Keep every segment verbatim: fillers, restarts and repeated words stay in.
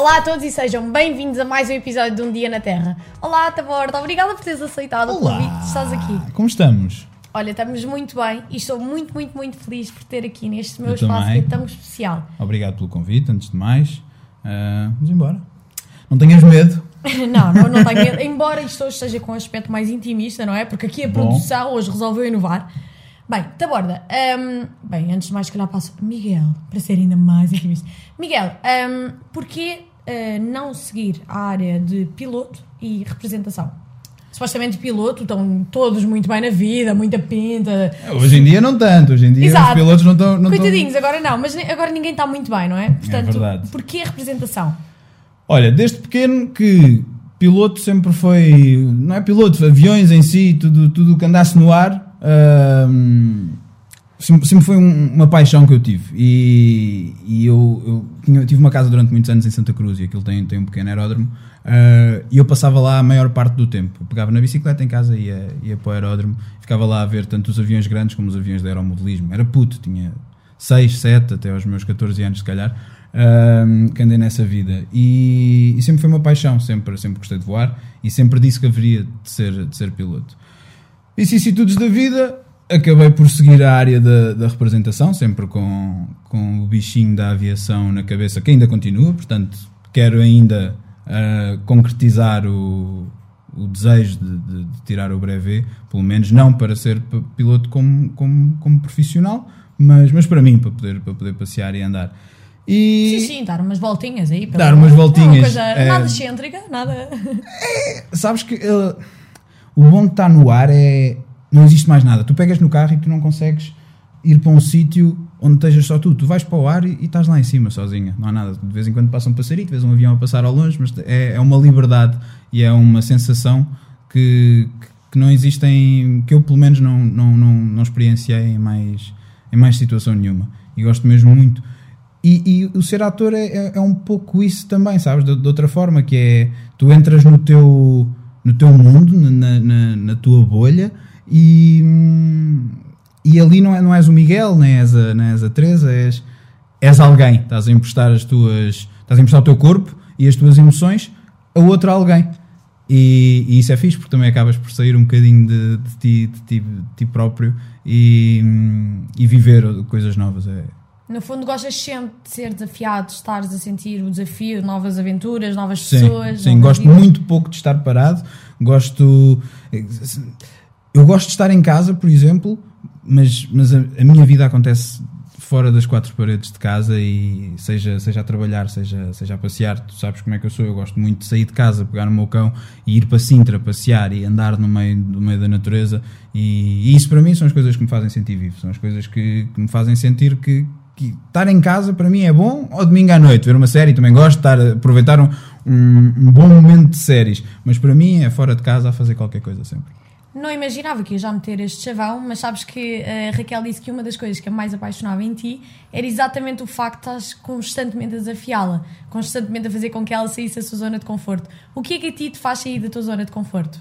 Olá a todos e sejam bem-vindos a mais um episódio de Um Dia na Terra. Olá, Taborda, obrigada por teres aceitado o convite, estás aqui. Como estamos? Olha, estamos muito bem e estou muito, muito, muito feliz por ter aqui neste meu Eu espaço também. que é tão especial. Obrigado pelo convite, antes de mais. Uh, vamos embora. Não tenhas medo. não, não, não tenho medo, embora isto hoje esteja com um aspecto mais intimista, não é? Porque aqui a Bom. produção hoje resolveu inovar. Bem, Taborda, um, bem, antes de mais, se calhar passo Miguel, para ser ainda mais intimista. Miguel, um, porquê uh, não seguir a área de piloto e representação? Supostamente piloto, estão todos muito bem na vida, muita pinta. Hoje em dia não tanto, hoje em dia Exato. os pilotos não estão... Não Coitadinhos, estão... agora não, mas agora ninguém está muito bem, não é? Portanto, É verdade. porquê a representação? Olha, desde pequeno que piloto sempre foi... Não é piloto, aviões em si, tudo tudo que andasse no ar... Uh, sempre, sempre foi um, uma paixão que eu tive e, e eu, eu, tinha, eu tive uma casa durante muitos anos em Santa Cruz e aquilo tem, tem um pequeno aeródromo uh, e eu passava lá a maior parte do tempo. Eu pegava na bicicleta em casa e ia, ia para o aeródromo, ficava lá a ver tanto os aviões grandes como os aviões de aeromodelismo. Era puto, tinha seis, sete até aos meus catorze anos se calhar, uh, que andei nessa vida e, e sempre foi uma paixão, sempre, sempre gostei de voar e sempre disse que haveria de ser, de ser piloto. Vicissitudes da vida, acabei por seguir a área da, da representação, sempre com, com o bichinho da aviação na cabeça, que ainda continua, portanto, quero ainda uh, concretizar o, o desejo de, de, de tirar o brevet, pelo menos não para ser piloto como, como, como profissional, mas, mas para mim, para poder, para poder passear e andar. E Sim, sim, dar umas voltinhas aí. Pela... Dar umas voltinhas. Não, uma coisa é... nada excêntrica, nada... É, sabes que... Uh, O bom de estar no ar é... Não existe mais nada. Tu pegas no carro e tu não consegues ir para um sítio onde estejas só tu. Tu vais para o ar e, e estás lá em cima sozinha. Não há nada. De vez em quando passa um passarinho, vês um avião a passar ao longe, mas é, é uma liberdade e é uma sensação que, que não existem... Que eu, pelo menos, não, não, não, não experienciei em mais, em mais situação nenhuma. E gosto mesmo muito. E, e o ser ator é, é, é um pouco isso também, sabes? De, de outra forma, que é... Tu entras no teu... no teu mundo, na, na, na tua bolha e, e ali não, é, não és o Miguel, nem és a, nem és a Teresa, és, és alguém, estás a emprestar as tuas, estás a emprestar o teu corpo e as tuas emoções a outro alguém e, e isso é fixe porque também acabas por sair um bocadinho de, de, ti, de, ti, de ti próprio e, e viver coisas novas. É, No fundo, gostas sempre de ser desafiado, de estares a sentir o desafio, novas aventuras, novas sim, pessoas. Sim, gosto vidas. Muito pouco de estar parado. Gosto. Eu gosto de estar em casa, por exemplo, mas, mas a, a minha vida acontece fora das quatro paredes de casa e seja, seja a trabalhar, seja, seja a passear. Tu sabes como é que eu sou. Eu gosto muito de sair de casa, pegar no meu cão e ir para Sintra, passear e andar no meio, no meio da natureza. E, e isso para mim são as coisas que me fazem sentir vivo. São as coisas que, que me fazem sentir que. Que estar em casa para mim é bom, ou domingo à noite ver uma série, também gosto de estar a aproveitar um, um, um bom momento de séries, mas para mim é fora de casa a fazer qualquer coisa sempre. Não imaginava que ia já meter este chavão, mas sabes que a Raquel disse que uma das coisas que a mais apaixonava em ti era exatamente o facto de estás constantemente a desafiá-la, constantemente a fazer com que ela saísse da sua zona de conforto. O que é que a ti te faz sair da tua zona de conforto?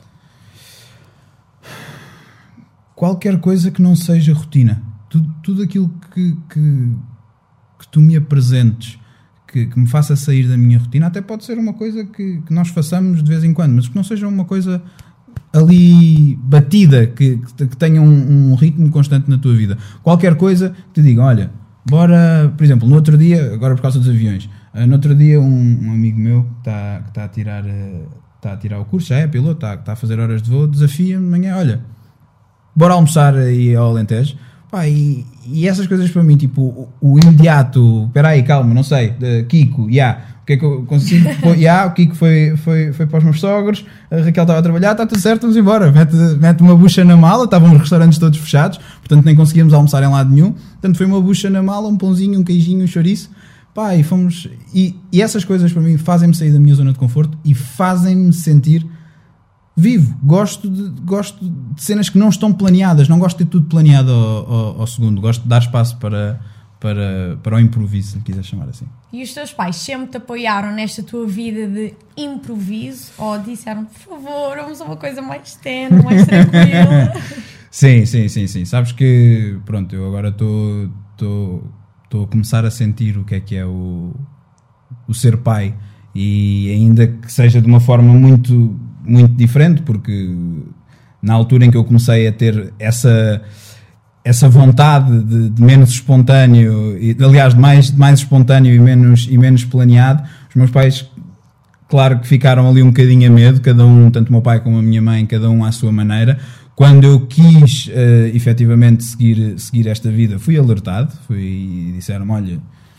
Qualquer coisa que não seja rotina. Tudo, tudo aquilo que, que, que tu me apresentes, que, que me faça sair da minha rotina, até pode ser uma coisa que, que nós façamos de vez em quando, mas que não seja uma coisa ali batida, que, que tenha um, um ritmo constante na tua vida. Qualquer coisa que te diga, olha, bora, por exemplo, no outro dia, agora por causa dos aviões, no outro dia um, um amigo meu que está, que está, a tirar, está a tirar o curso, já é piloto, está, está a fazer horas de voo, desafia-me de manhã, olha, bora almoçar aí ao Alentejo. Pá, e, e essas coisas para mim, tipo, o, o imediato, espera aí, calma, não sei, de Kiko, já, yeah, o que é que eu consigo, já, yeah, o Kiko foi, foi, foi para os meus sogros, a Raquel estava a trabalhar, está tudo certo, vamos embora, mete, mete uma bucha na mala, estavam os restaurantes todos fechados, portanto nem conseguíamos almoçar em lado nenhum, portanto foi uma bucha na mala, um pãozinho, um queijinho, um chouriço, pá, e fomos, e, e essas coisas para mim fazem-me sair da minha zona de conforto e fazem-me sentir vivo, gosto de, gosto de cenas que não estão planeadas, não gosto de ter tudo planeado ao, ao, ao segundo, gosto de dar espaço para, para, para o improviso, se quiser chamar assim. E os teus pais sempre te apoiaram nesta tua vida de improviso ou disseram, por favor, vamos a uma coisa mais tenue, mais tranquila? Sim, sim, sim, sim, sabes que, pronto, eu agora estou a começar a sentir o que é que é o, o ser pai E ainda que seja de uma forma muito, muito diferente, porque na altura em que eu comecei a ter essa, essa vontade de, de menos espontâneo, e, aliás, de mais, de mais espontâneo e menos, e menos planeado, os meus pais, claro que ficaram ali um bocadinho a medo, cada um, tanto o meu pai como a minha mãe, cada um à sua maneira. Quando eu quis, uh, efetivamente, seguir, seguir esta vida, fui alertado, fui, e disseram-me, olha,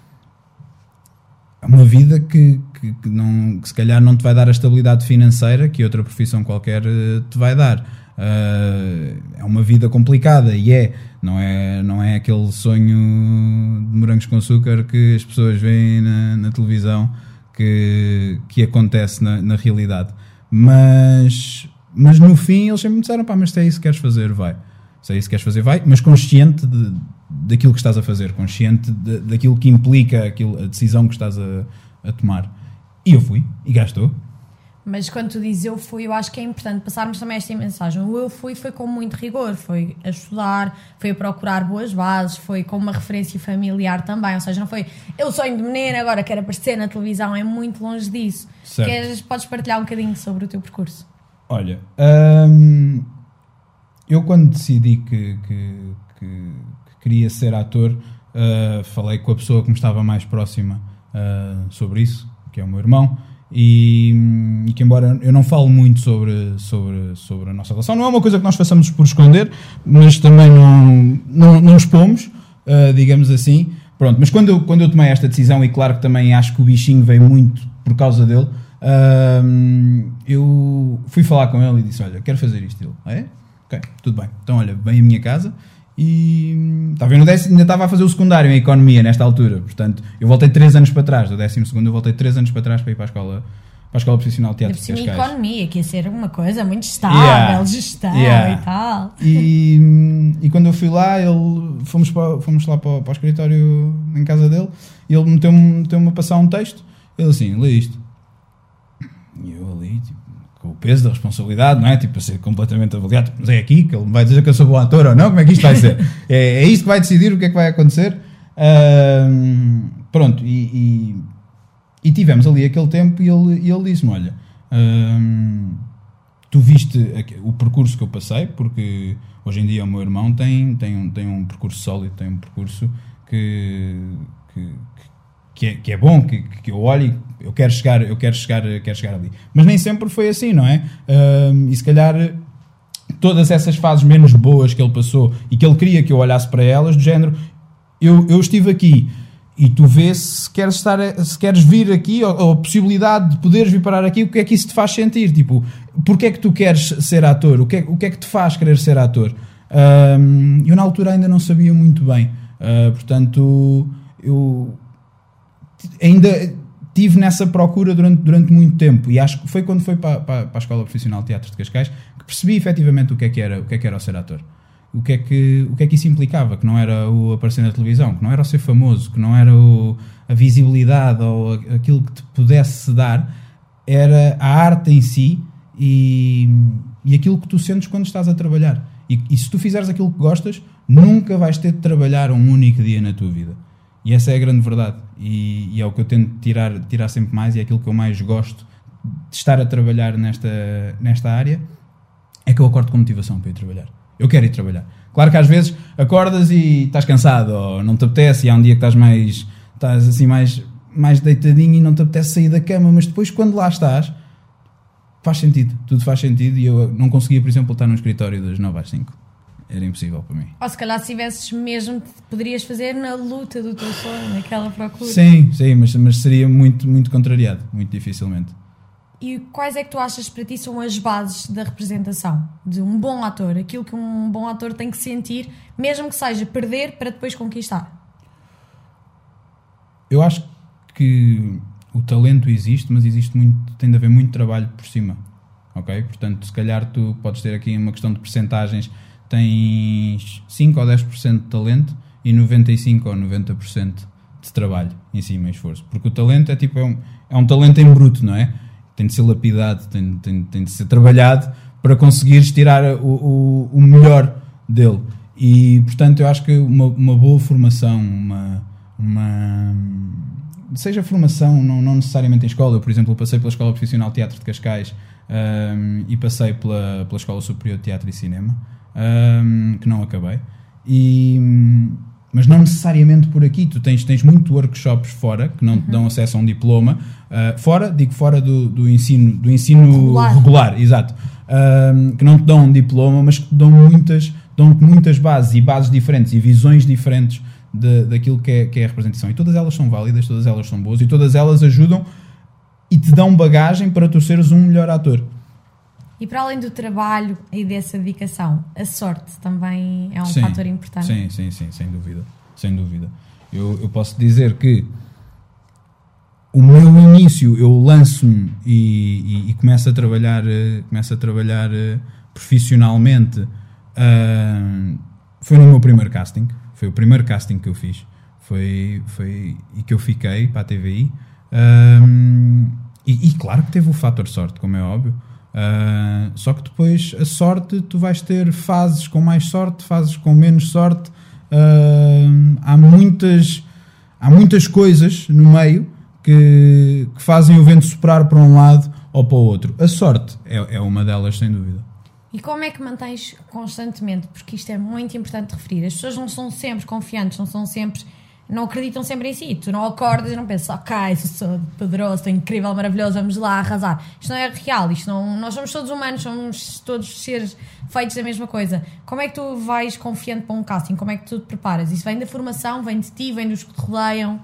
é uma vida que, que, que, não, que se calhar não te vai dar a estabilidade financeira que outra profissão qualquer uh, te vai dar. Uh, é uma vida complicada, e é, não é, não é aquele sonho de morangos com açúcar que as pessoas veem na, na televisão que, que acontece na, na realidade. Mas... Mas no fim eles sempre me disseram, pá, mas se é isso que queres fazer, vai. Se é isso que queres fazer, vai. Mas consciente de, daquilo que estás a fazer. Consciente de, daquilo que implica aquilo, a decisão que estás a, a tomar. E eu fui. E cá estou. Mas quando tu dizes eu fui, eu acho que é importante passarmos também esta mensagem. O eu fui foi com muito rigor. Foi a estudar, foi a procurar boas bases, foi com uma referência familiar também. Ou seja, não foi eu sonho de menina, agora quero aparecer na televisão. É muito longe disso. Queres, podes partilhar um bocadinho sobre o teu percurso? Olha, hum, eu quando decidi que, que, que, que queria ser ator, uh, falei com a pessoa que me estava mais próxima uh, sobre isso, que é o meu irmão, e, e que embora eu não falo muito sobre, sobre, sobre a nossa relação, não é uma coisa que nós façamos por esconder, mas também não, não, não expomos, uh, digamos assim. Pronto, mas quando eu, quando eu tomei esta decisão, e claro que também acho que o bichinho veio muito por causa dele, Uh, eu fui falar com ele e disse, olha, quero fazer isto. Ele, ah, é? Ok, tudo bem. Então, olha, vem à minha casa. E estava no décimo, ainda estava a fazer o secundário em economia nesta altura. Portanto, eu voltei três anos para trás. Do décimo segundo eu voltei três anos para trás para ir para a escola, para a escola profissional de teatro de Cascais. Economia, que ia ser uma coisa muito estável, yeah. gestão yeah. e tal. E, e quando eu fui lá, ele, fomos, para, fomos lá para, para o escritório em casa dele, e ele meteu-me, meteu-me a passar um texto. Ele assim, lê isto. E eu ali, tipo, com o peso da responsabilidade, não é? Tipo, a ser completamente avaliado. Mas é aqui que ele vai dizer que eu sou bom ator ou não? Como é que isto vai ser? É, é isto que vai decidir o que é que vai acontecer? Uh, pronto, e, e, e tivemos ali aquele tempo e ele, e ele disse-me, olha, uh, tu viste o percurso que eu passei, porque hoje em dia o meu irmão tem, tem, um, tem um percurso sólido, tem um percurso que... que Que é, que é bom, que, que eu olho e eu quero chegar, eu quero chegar, quero chegar ali. Mas nem sempre foi assim, não é? Um, e se calhar todas essas fases menos boas que ele passou e que ele queria que eu olhasse para elas, do género, eu, eu estive aqui e tu vês se queres, estar, se queres vir aqui, ou, ou a possibilidade de poderes vir parar aqui, o que é que isso te faz sentir? Tipo, porque é que tu queres ser ator? O que é, o que, é que te faz querer ser ator? Um, eu na altura ainda não sabia muito bem. Uh, portanto, eu... ainda tive nessa procura durante, durante muito tempo, e acho que foi quando fui para, para, para a Escola Profissional de Teatro de Cascais que percebi efetivamente o que é que era o que é que era o ser ator, o que é que, o que é que isso implicava, que não era o aparecer na televisão, que não era o ser famoso, que não era o, a visibilidade ou aquilo que te pudesse dar, era a arte em si e, e aquilo que tu sentes quando estás a trabalhar, e, e se tu fizeres aquilo que gostas, nunca vais ter de trabalhar um único dia na tua vida. E essa é a grande verdade, e, e é o que eu tento tirar, tirar sempre mais, e é aquilo que eu mais gosto de estar a trabalhar nesta, nesta área, é que eu acordo com motivação para ir trabalhar. Eu quero ir trabalhar. Claro que às vezes acordas e estás cansado, ou não te apetece, e há um dia que estás mais, estás assim mais, mais deitadinho e não te apetece sair da cama, mas depois quando lá estás, faz sentido, tudo faz sentido, e eu não conseguia, por exemplo, estar no escritório das nove às cinco. Era impossível para mim. Ou se calhar se tivesses mesmo, poderias fazer na luta do teu sonho, naquela procura. Sim, sim, mas, mas seria muito, muito contrariado, muito dificilmente. E quais é que tu achas para ti são as bases da representação de um bom ator? Aquilo que um bom ator tem que sentir, mesmo que seja perder para depois conquistar? Eu acho que o talento existe, mas existe muito, tem de haver muito trabalho por cima. Ok? Portanto, se calhar tu podes ter aqui uma questão de percentagens, tens cinco ou dez por cento de talento e noventa e cinco ou noventa por cento de trabalho em cima e esforço. Porque o talento é tipo, é um, é um talento em bruto, não é? Tem de ser lapidado, tem, tem, tem de ser trabalhado para conseguires tirar o, o, o melhor dele. E, portanto, eu acho que uma, uma boa formação, uma, uma, seja formação, não, não necessariamente em escola. Eu, por exemplo, passei pela Escola Profissional de Teatro de Cascais um, e passei pela, pela Escola Superior de Teatro e Cinema, um, que não acabei. E, mas não necessariamente por aqui. Tu tens, tens muito workshops fora, que não te dão acesso a um diploma. Uh, fora, digo fora do, do ensino, do ensino regular, regular exato. Um, que não te dão um diploma, mas que te dão muitas, dão-te muitas bases e bases diferentes e visões diferentes de, daquilo que é, que é a representação. E todas elas são válidas, todas elas são boas e todas elas ajudam e te dão bagagem para tu seres um melhor ator. E para além do trabalho e dessa dedicação, a sorte também é um sim, fator importante. Sim, sim, sim, sem dúvida. Sem dúvida. Eu, eu posso dizer que o meu início, eu lanço-me e, e, e começo a trabalhar, começo a trabalhar profissionalmente, uh, foi no meu primeiro casting. Foi o primeiro casting que eu fiz. Foi, foi, e que eu fiquei para a T V I. Um, e, e claro que teve o fator sorte, como é óbvio. Uh, só que depois a sorte, tu vais ter fases com mais sorte, fases com menos sorte. Uh, há muitas há muitas coisas no meio que, que fazem o vento soprar para um lado ou para o outro. A sorte é, é uma delas, sem dúvida. E como é que mantens constantemente? Porque isto é muito importante de referir. As pessoas não são sempre confiantes, não são sempre, não acreditam sempre em si. Tu não acordas e não pensas, ok, sou poderoso, estou incrível, maravilhoso, vamos lá arrasar. Isto não é real, isto não, nós somos todos humanos, somos todos seres feitos da mesma coisa. Como é que tu vais confiante para um casting? Como é que tu te preparas? Isso vem da formação, vem de ti, vem dos que te rodeiam?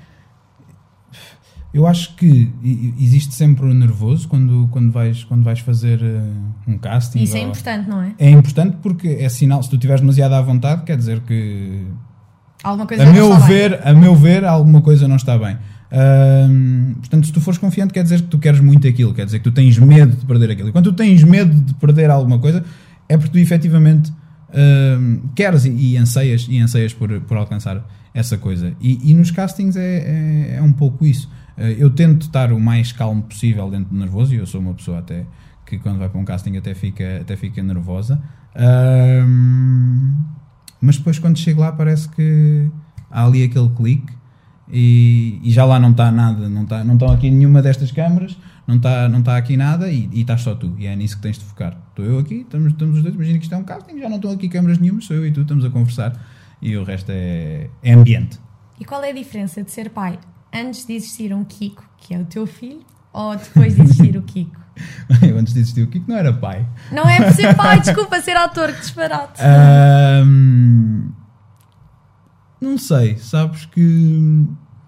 Eu acho que existe sempre o nervoso quando, quando, vais, quando vais fazer uh, um casting. Isso ou... é importante, não é? É importante porque é sinal, se tu estiveres demasiado à vontade, quer dizer que... Alguma coisa a não meu está ver, bem. A meu ver, alguma coisa não está bem. Uh, portanto, se tu fores confiante, quer dizer que tu queres muito aquilo, quer dizer que tu tens medo de perder aquilo. E quando tu tens medo de perder alguma coisa, é porque tu efetivamente uh, queres e, e anseias, e anseias por, por alcançar essa coisa. E, e nos castings é, é, é um pouco isso. Eu tento estar o mais calmo possível dentro do nervoso, e eu sou uma pessoa até que quando vai para um casting até fica, até fica nervosa, um, mas depois quando chego lá parece que há ali aquele clique e, e já lá não está nada, não está, não estão aqui nenhuma destas câmaras, não está, não está aqui nada e, e estás só tu, e é nisso que tens de focar. Estou eu aqui, estamos, estamos os dois, imagina que isto é um casting, já não estão aqui câmaras nenhumas, sou eu e tu, estamos a conversar e o resto é, é ambiente. E qual é a diferença de ser pai antes de existir um Kiko, que é o teu filho, ou depois de existir o Kiko? Eu antes de existir o Kiko não era pai. Não é por ser pai, desculpa, ser ator, que disparate. Um, não sei, sabes que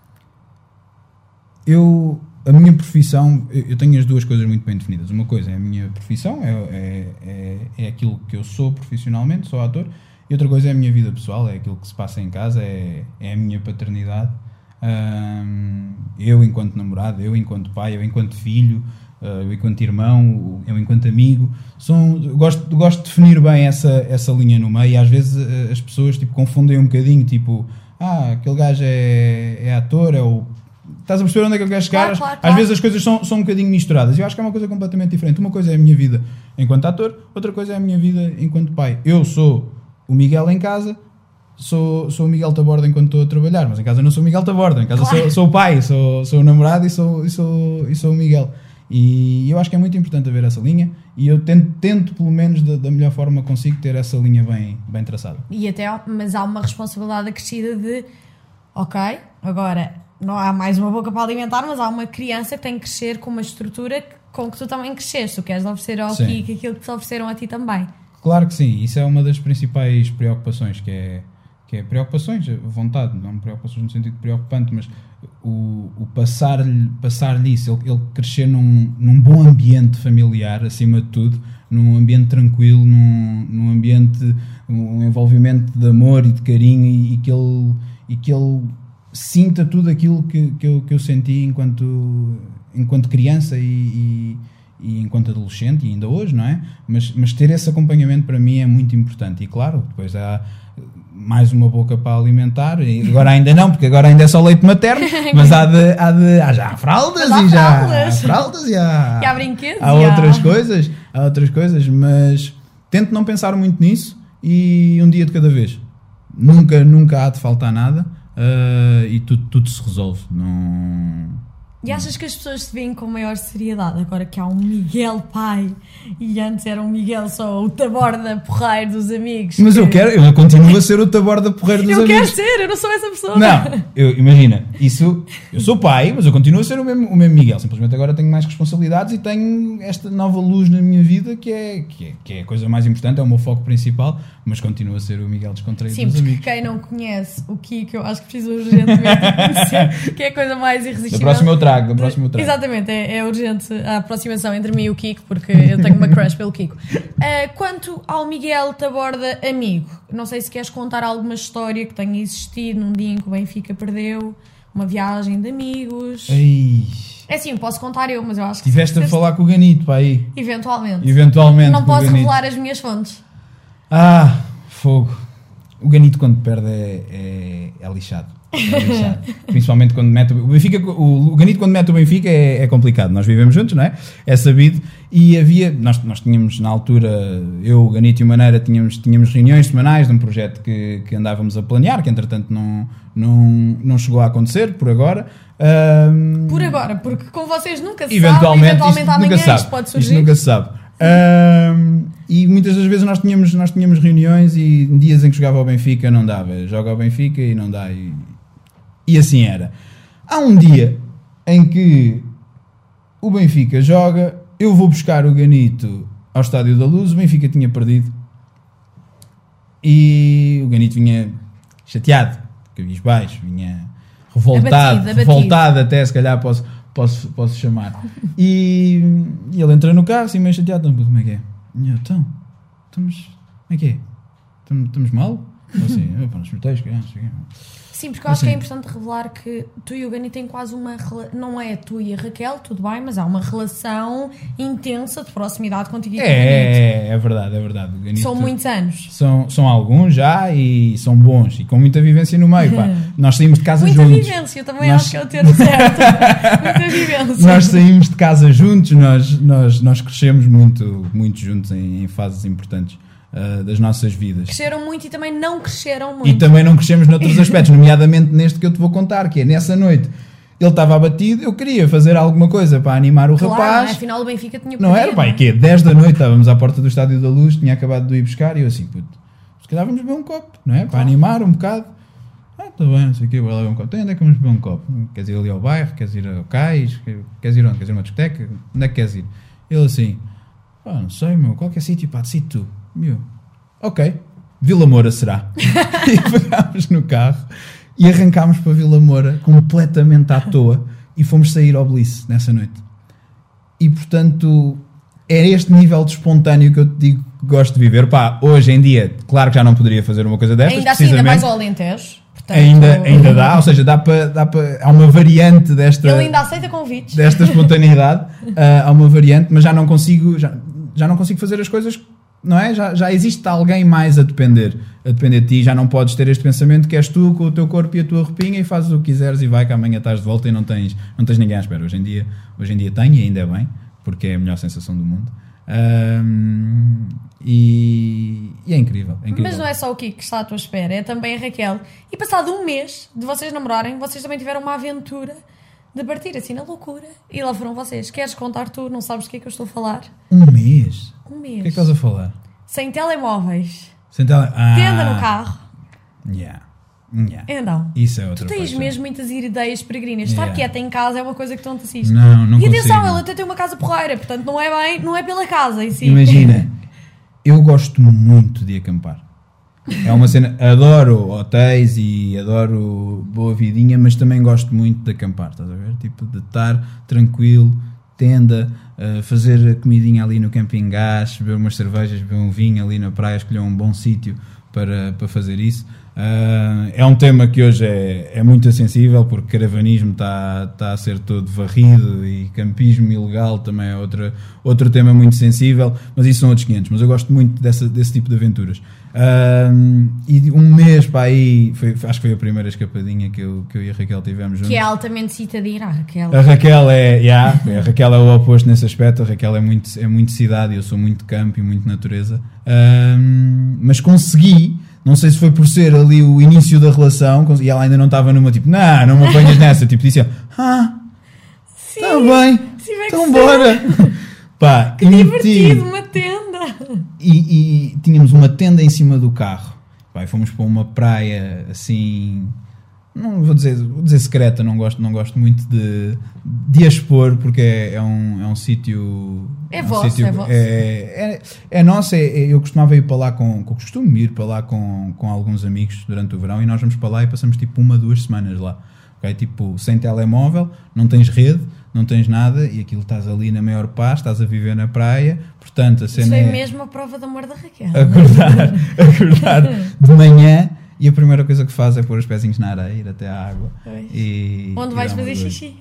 eu, a minha profissão, eu tenho as duas coisas muito bem definidas. Uma coisa é a minha profissão, é, é, é, é aquilo que eu sou profissionalmente, sou ator, e outra coisa é a minha vida pessoal, é aquilo que se passa em casa, é, é a minha paternidade. Um, eu enquanto namorado, eu enquanto pai, eu enquanto filho, uh, eu enquanto irmão, eu enquanto amigo, são, eu gosto, gosto de definir bem essa, essa linha no meio e às vezes uh, as pessoas tipo, confundem um bocadinho, tipo, ah, aquele gajo é, é ator, é o... Estás a perceber onde é que eu quero chegar? Claro, claro, às claro. vezes as coisas são, são um bocadinho misturadas e eu acho que é uma coisa completamente diferente. Uma coisa é a minha vida enquanto ator, outra coisa é a minha vida enquanto pai. Eu sou o Miguel em casa, Sou, sou o Miguel Taborda enquanto estou a trabalhar, mas em casa não sou o Miguel Taborda, em casa claro. sou, sou o pai, sou, sou o namorado e sou, e, sou, e sou o Miguel. E eu acho que é muito importante haver essa linha e eu tento, tento pelo menos da, da melhor forma que consigo ter essa linha bem, bem traçada. E até, mas há uma responsabilidade acrescida de, ok, agora não há mais uma boca para alimentar, mas há uma criança que tem que crescer com uma estrutura com que tu também cresceste, tu queres oferecer ao Kiko aquilo que te ofereceram a ti também. Claro que sim, isso é uma das principais preocupações, que é que é preocupações, vontade, não preocupações no sentido preocupante, mas o, o passar-lhe, passar-lhe isso, ele, ele crescer num, num bom ambiente familiar, acima de tudo, num ambiente tranquilo, num, num ambiente, um envolvimento de amor e de carinho e, e, que, ele, e que ele sinta tudo aquilo que, que, eu, que eu senti enquanto, enquanto criança e, e, e enquanto adolescente, e ainda hoje, não é? Mas, mas ter esse acompanhamento para mim é muito importante e claro, depois há mais uma boca para alimentar, e agora ainda não, porque agora ainda é só leite materno, mas há, de, há, de, há já fraldas há e já fraldas. há fraldas e há, e há brinquedos, há outras coisas, há outras coisas, mas tento não pensar muito nisso e um dia de cada vez. Nunca, nunca há de faltar nada. uh, e tudo, tudo se resolve. Não... E achas que as pessoas se veem com maior seriedade agora que há um Miguel pai e antes era um Miguel só o taborda porreiro dos amigos? Mas que... eu quero, eu continuo a ser o taborda porreiro dos eu amigos. Eu quero ser, eu não sou essa pessoa. Não, eu, imagina, isso, eu sou pai, mas eu continuo a ser o mesmo, o mesmo Miguel. Simplesmente agora tenho mais responsabilidades e tenho esta nova luz na minha vida que é, que é, que é a coisa mais importante, é o meu foco principal, mas continuo a ser o Miguel descontraído Sim, dos porque amigos. quem não conhece o Kiko, eu acho que precisa urgentemente conhecer, que é a coisa mais irresistível. Da próxima eu trago. Da próxima eu trago. Exatamente, é, é urgente a aproximação entre mim e o Kiko, porque eu tenho uma crush pelo Kiko. Uh, quanto ao Miguel Taborda amigo, não sei se queres contar alguma história que tenha existido num dia em que o Benfica perdeu, uma viagem de amigos. Ei. É assim, posso contar eu, mas eu acho que... Tiveste a falar com o Ganito, pá, aí. Eventualmente. Eventualmente. Não posso revelar as minhas fontes. Ah, fogo. O Ganito quando perde é, é, é lixado. É lixado. Principalmente quando mete o Benfica. O, o Ganito quando mete o Benfica é, é complicado. Nós vivemos juntos, não é? É sabido. E havia. Nós, nós tínhamos na altura, eu, o Ganito e o Maneira, tínhamos, tínhamos reuniões semanais de um projeto que, que andávamos a planear, que entretanto não, não, não chegou a acontecer por agora. Um, por agora, porque com vocês nunca se eventualmente, sabe. Eventualmente amanhã nunca isto sabe. pode surgir. Isto nunca se sabe. Um, e muitas das vezes nós tínhamos, nós tínhamos reuniões e dias em que jogava ao Benfica não dava, joga ao Benfica e não dá e, e assim era. Há um dia em que o Benfica joga, eu vou buscar o Ganito ao Estádio da Luz, o Benfica tinha perdido e o Ganito vinha chateado, cabisbaixo, vinha revoltado, abatido, abatido. revoltado até se calhar posso Posso, posso chamar. E, e ele entra no carro assim meio chateado. Então, como é que é? E eu, então, estamos. Como é que é? Estamos, estamos mal? Ou assim, eu, pá, nos moteios, que é, não sei o quê. Sim, porque eu acho assim. Que é importante revelar que tu e o Ganito têm quase uma relação. Não é tu e a Raquel, tudo bem, mas há uma relação intensa de proximidade contigo e com o Ganito. É, é verdade, é verdade. O Ganito, são muitos anos. São, são alguns já e são bons e com muita vivência no meio. Pá. Nós saímos de casa muita juntos. Muita vivência, eu também nós... acho que é o termo certo. Muita vivência. Nós saímos de casa juntos, nós, nós, nós crescemos muito, muito juntos em, em fases importantes. Uh, das nossas vidas. Cresceram muito e também não cresceram muito. E também não crescemos noutros aspectos, nomeadamente neste que eu te vou contar, que é nessa noite. Ele estava abatido, eu queria fazer alguma coisa para animar o claro, rapaz. Afinal o Benfica tinha Não era, pai, que é dez da noite, estávamos à porta do Estádio da Luz, tinha acabado de ir buscar e eu assim, puto, se calhar vamos beber um copo, não é? Para claro. Animar um bocado. Ah, está bem, não sei o quê, vou lá beber um copo. Então onde é que vamos beber um copo? Queres ir ali ao bairro? Queres ir ao cais? Queres ir onde? Queres ir a uma discoteca? Onde é que queres ir? Ele assim, ah, não sei, meu, qualquer sítio, pá, decide tu. Meu. Ok, Vila Moura será. E pegámos no carro e arrancámos para Vila Moura completamente à toa e fomos sair ao Bliss nessa noite. E portanto, é este nível de espontâneo que eu te digo que gosto de viver. Pá, hoje em dia, claro que já não poderia fazer uma coisa destas. Ainda assim, ainda mais ao Alentejo. Portanto, ainda, ainda dá, ou seja, dá para, dá para, há uma variante desta. Ele ainda aceita convites. Desta espontaneidade, uh, há uma variante, mas já não consigo, já, já não consigo fazer as coisas. Não é? Já, já existe alguém mais a depender, a depender de ti, já não podes ter este pensamento que és tu com o teu corpo e a tua roupinha e fazes o que quiseres e vai que amanhã estás de volta e não tens, não tens ninguém à espera. Hoje em dia, hoje em dia tenho e ainda é bem, porque é a melhor sensação do mundo. Um, e, e é incrível, é incrível. Mas não é só o Kiko que está à tua espera, é também a Raquel. E passado um mês de vocês namorarem, vocês também tiveram uma aventura de partir assim na loucura. E lá foram vocês. Queres contar tu? Não sabes do que é que eu estou a falar? Um mês? Um mês. O que é que estás a falar? Sem telemóveis. Sem tele... ah. Tenda no carro. Yeah. Yeah. Então, isso é outra tu tens paixão. mesmo muitas ideias peregrinas. Yeah. Estar quieta em casa é uma coisa que não te assiste. Não, não E atenção, consigo. ele até tem uma casa porreira, portanto não é bem, não é pela casa em si. Imagina, eu gosto muito de acampar. É uma cena, adoro hotéis e adoro boa vidinha, mas também gosto muito de acampar, estás a ver? Tipo, de estar tranquilo, tenda, uh, fazer a comidinha ali no camping gás, beber umas cervejas, beber um vinho ali na praia, escolher um bom sítio para, para fazer isso. Uh, é um tema que hoje é, é muito sensível, porque caravanismo está, está a ser todo varrido e campismo ilegal também é outra, outro tema muito sensível, mas isso são outros quinhentos. Mas eu gosto muito dessa, desse tipo de aventuras. Uh, e um mês para aí, foi, acho que foi a primeira escapadinha que eu, que eu e a Raquel tivemos juntos. Que é altamente citadina, a Raquel. A Raquel é, yeah, a Raquel é o oposto nesse aspecto. A Raquel é muito, é muito cidade e eu sou muito campo e muito natureza. Uh, mas consegui Não sei se foi por ser ali o início da relação e ela ainda não estava numa tipo, não, não me apanhas nessa. Tipo, disse, ah, está bem, então bora. Pá, que divertido, uma tenda. E, e tínhamos uma tenda em cima do carro. Pá, fomos para uma praia assim... Não vou dizer, vou dizer secreta, não gosto, não gosto muito de, de expor, porque é, é um, é um sítio... É, um vosso, sítio, é vosso. É, é, é nosso, é, é, eu costumava ir para lá com... com costumo ir para lá com, com alguns amigos durante o verão e nós vamos para lá e passamos tipo uma, duas semanas lá. Okay? Tipo, sem telemóvel, não tens rede, não tens nada e aquilo estás ali na maior paz, estás a viver na praia, portanto a cena Isso é é... mesmo a prova de amor da Raquel. Acordar, acordar de manhã... E a primeira coisa que faz é pôr os pezinhos na areia, ir até à água. E, onde e vais fazer xixi?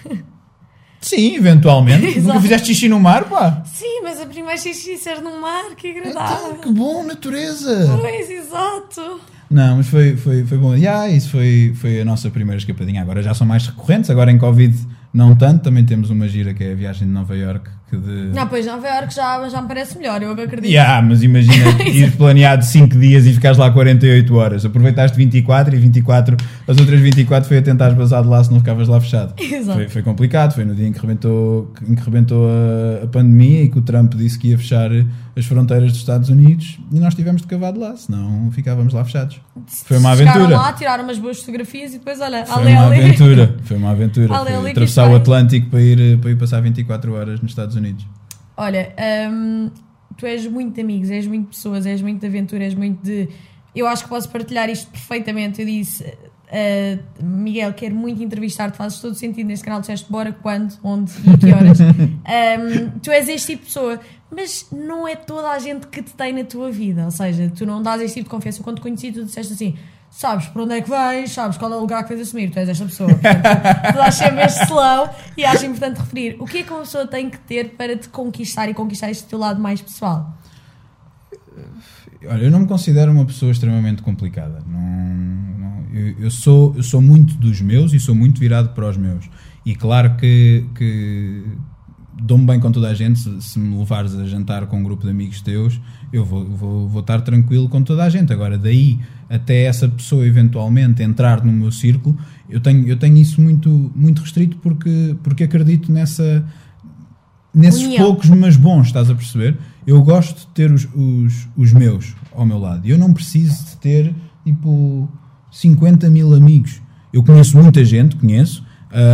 Sim, eventualmente. Nunca fizeste xixi no mar, pá? Sim, mas a primeira xixi ser no mar, que agradável. Então, que bom, natureza. Pois, exato. Não, mas foi, foi, foi bom. E ah, isso foi, foi a nossa primeira escapadinha. Agora já são mais recorrentes, agora em Covid não tanto. Também temos uma gira que é a viagem de Nova Iorque. Que de... Não, pois Nova Iorque já, já me parece melhor, eu acredito. Yeah, mas imagina ir planeado cinco dias e ficares lá quarenta e oito horas. Aproveitaste vinte e quatro e vinte e quatro, as outras vinte e quatro foi a tentares basar de lá se não ficavas lá fechado. Exato. Foi, foi complicado, foi no dia em que rebentou, em que rebentou a, a pandemia e que o Trump disse que ia fechar as fronteiras dos Estados Unidos e nós tivemos de cavar de lá, senão ficávamos lá fechados. Foi uma aventura. Chegaram lá, tiraram umas boas fotografias e depois, olha, foi uma ali. aventura. Foi uma aventura. Ali, Foi ali, atravessar o Atlântico para ir, para ir passar vinte e quatro horas nos Estados Unidos. Olha, hum, tu és muito de amigos, és muito de pessoas, és muito de aventura, és muito de... Eu acho que posso partilhar isto perfeitamente. Eu disse, uh, Miguel, quero muito entrevistar-te, fazes todo o sentido neste canal, disseste bora, quando, onde e a que horas. um, tu és este tipo de pessoa, mas não é toda a gente que te tem na tua vida, ou seja, tu não dás este tipo de confiança. Quando te conheci, tu disseste assim... Sabes para onde é que vais, sabes qual é o lugar que vais assumir, tu és esta pessoa. Portanto, tu dás sempre este slow e acho importante referir. O que é que uma pessoa tem que ter para te conquistar e conquistar este teu lado mais pessoal? Olha, eu não me considero uma pessoa extremamente complicada. Não, não, eu, eu, sou, eu sou muito dos meus e sou muito virado para os meus. E claro que, que dou-me bem com toda a gente. Se, se me levares a jantar com um grupo de amigos teus, eu vou, vou, vou estar tranquilo com toda a gente. Agora, daí até essa pessoa eventualmente entrar no meu círculo, eu tenho, eu tenho isso muito, muito restrito porque, porque acredito nessa, nesses União. Poucos, mas bons, estás a perceber? Eu gosto de ter os, os, os meus ao meu lado. Eu não preciso de ter, tipo, cinquenta mil amigos. Eu conheço muita gente, conheço,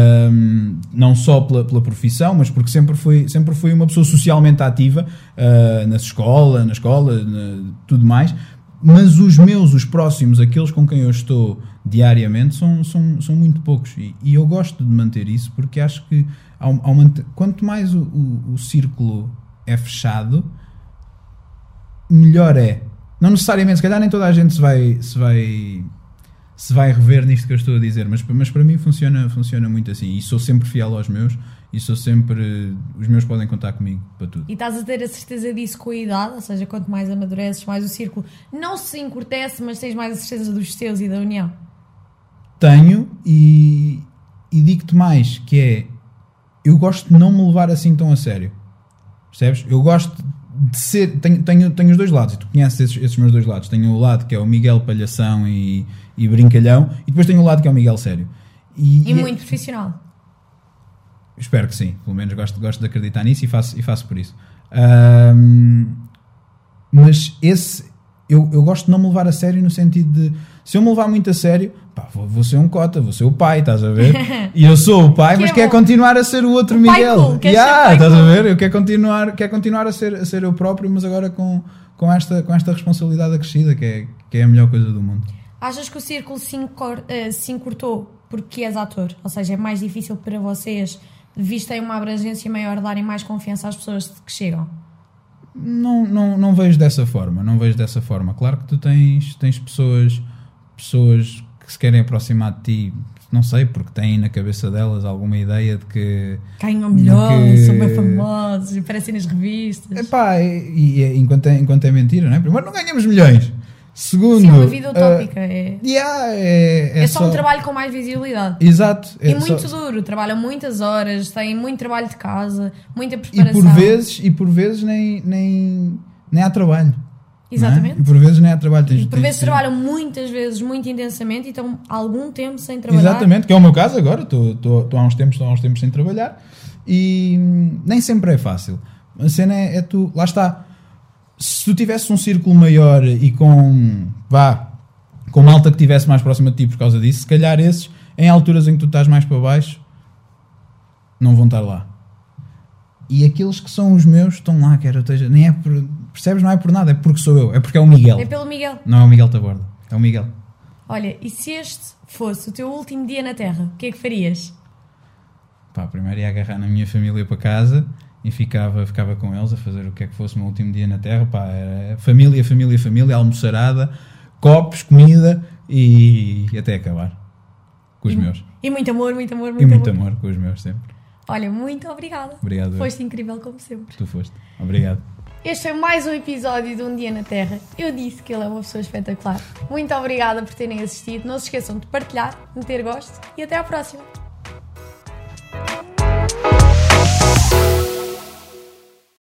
um, não só pela, pela profissão, mas porque sempre fui, sempre fui uma pessoa socialmente ativa, uh, na escola, na escola, na, tudo mais. Mas os meus, os próximos, aqueles com quem eu estou diariamente, são, são, são muito poucos. E, e eu gosto de manter isso porque acho que ao, ao manter, quanto mais o, o, o círculo é fechado, melhor é. Não necessariamente, se calhar nem toda a gente se vai, se vai, se vai rever nisto que eu estou a dizer, mas, mas para mim funciona, funciona muito assim. E sou sempre fiel aos meus. E sou sempre... Os meus podem contar comigo para tudo. E estás a ter a certeza disso com a idade? Ou seja, quanto mais amadureces, mais o círculo não se encurtece, mas tens mais a certeza dos teus e da união? Tenho e, e digo-te mais, que é... Eu gosto de não me levar assim tão a sério. Percebes? Eu gosto de ser... Tenho, tenho, tenho os dois lados, e tu conheces esses, esses meus dois lados. Tenho o lado que é o Miguel palhação e, e brincalhão, e depois tenho o lado que é o Miguel sério. E, e, e muito é, profissional. Espero que sim, pelo menos gosto, gosto de acreditar nisso e faço, e faço por isso. Um, mas esse, eu, eu gosto de não me levar a sério no sentido de, se eu me levar muito a sério, pá, vou, vou ser um cota, vou ser o pai, estás a ver? E eu sou o pai, que mas é quero continuar a ser o outro o Miguel. Cool, yeah, estás cool. a ver? Eu quero continuar, quero continuar a, ser, a ser eu próprio, mas agora com, com, esta, com esta responsabilidade acrescida, que é, que é a melhor coisa do mundo. Achas que o círculo se, encor, uh, se encurtou porque és ator? Ou seja, é mais difícil para vocês... Vistem uma abrangência maior, darem mais confiança às pessoas que chegam? Não, não, não vejo dessa forma, não vejo dessa forma. Claro que tu tens, tens pessoas, pessoas que se querem aproximar de ti, não sei, porque têm na cabeça delas alguma ideia de que... Ganham milhões, que... são bem famosos, aparecem nas revistas. Epá, e, e, enquanto, é, enquanto é mentira, não é? Primeiro, não ganhamos milhões. Segundo, sim, uma vida utópica. Uh, é, yeah, é, é, é só, só um trabalho com mais visibilidade. Exato. É e é muito só... duro. Trabalham muitas horas, têm muito trabalho de casa, muita preparação. E por vezes, e por vezes nem, nem, nem há trabalho. Exatamente. Não é? E por vezes nem há trabalho. Tens, E por vezes tens, trabalham muitas vezes, muito intensamente e estão algum tempo sem trabalhar. Exatamente, que é o meu caso agora. Estou há uns tempos, estou há uns tempos sem trabalhar e nem sempre é fácil. A cena é, é tu, lá está. Se tu tivesses um círculo maior e com, vá, com malta que estivesse mais próxima de ti por causa disso, se calhar esses, em alturas em que tu estás mais para baixo, não vão estar lá. E aqueles que são os meus estão lá, quer eu esteja, nem é por, percebes? Não é por nada, é porque sou eu, é porque é o Miguel. É pelo Miguel. Não é o Miguel Taborda, é o Miguel. Olha, e se este fosse o teu último dia na Terra, o que é que farias? Pá, primeiro ia agarrar na minha família para casa e ficava, ficava com eles a fazer o que é que fosse o meu último dia na Terra. Pá, era família, família, família, almoçarada, copos, comida e, e até acabar com os e, meus. E muito amor, muito amor, muito e muito amor. amor com os meus sempre. Olha, muito obrigada. Obrigado. Foste incrível como sempre. Tu foste. Obrigado. Este foi mais um episódio de Um Dia na Terra. Eu disse que ele é uma pessoa espetacular. Muito obrigada por terem assistido. Não se esqueçam de partilhar, meter gosto e até à próxima.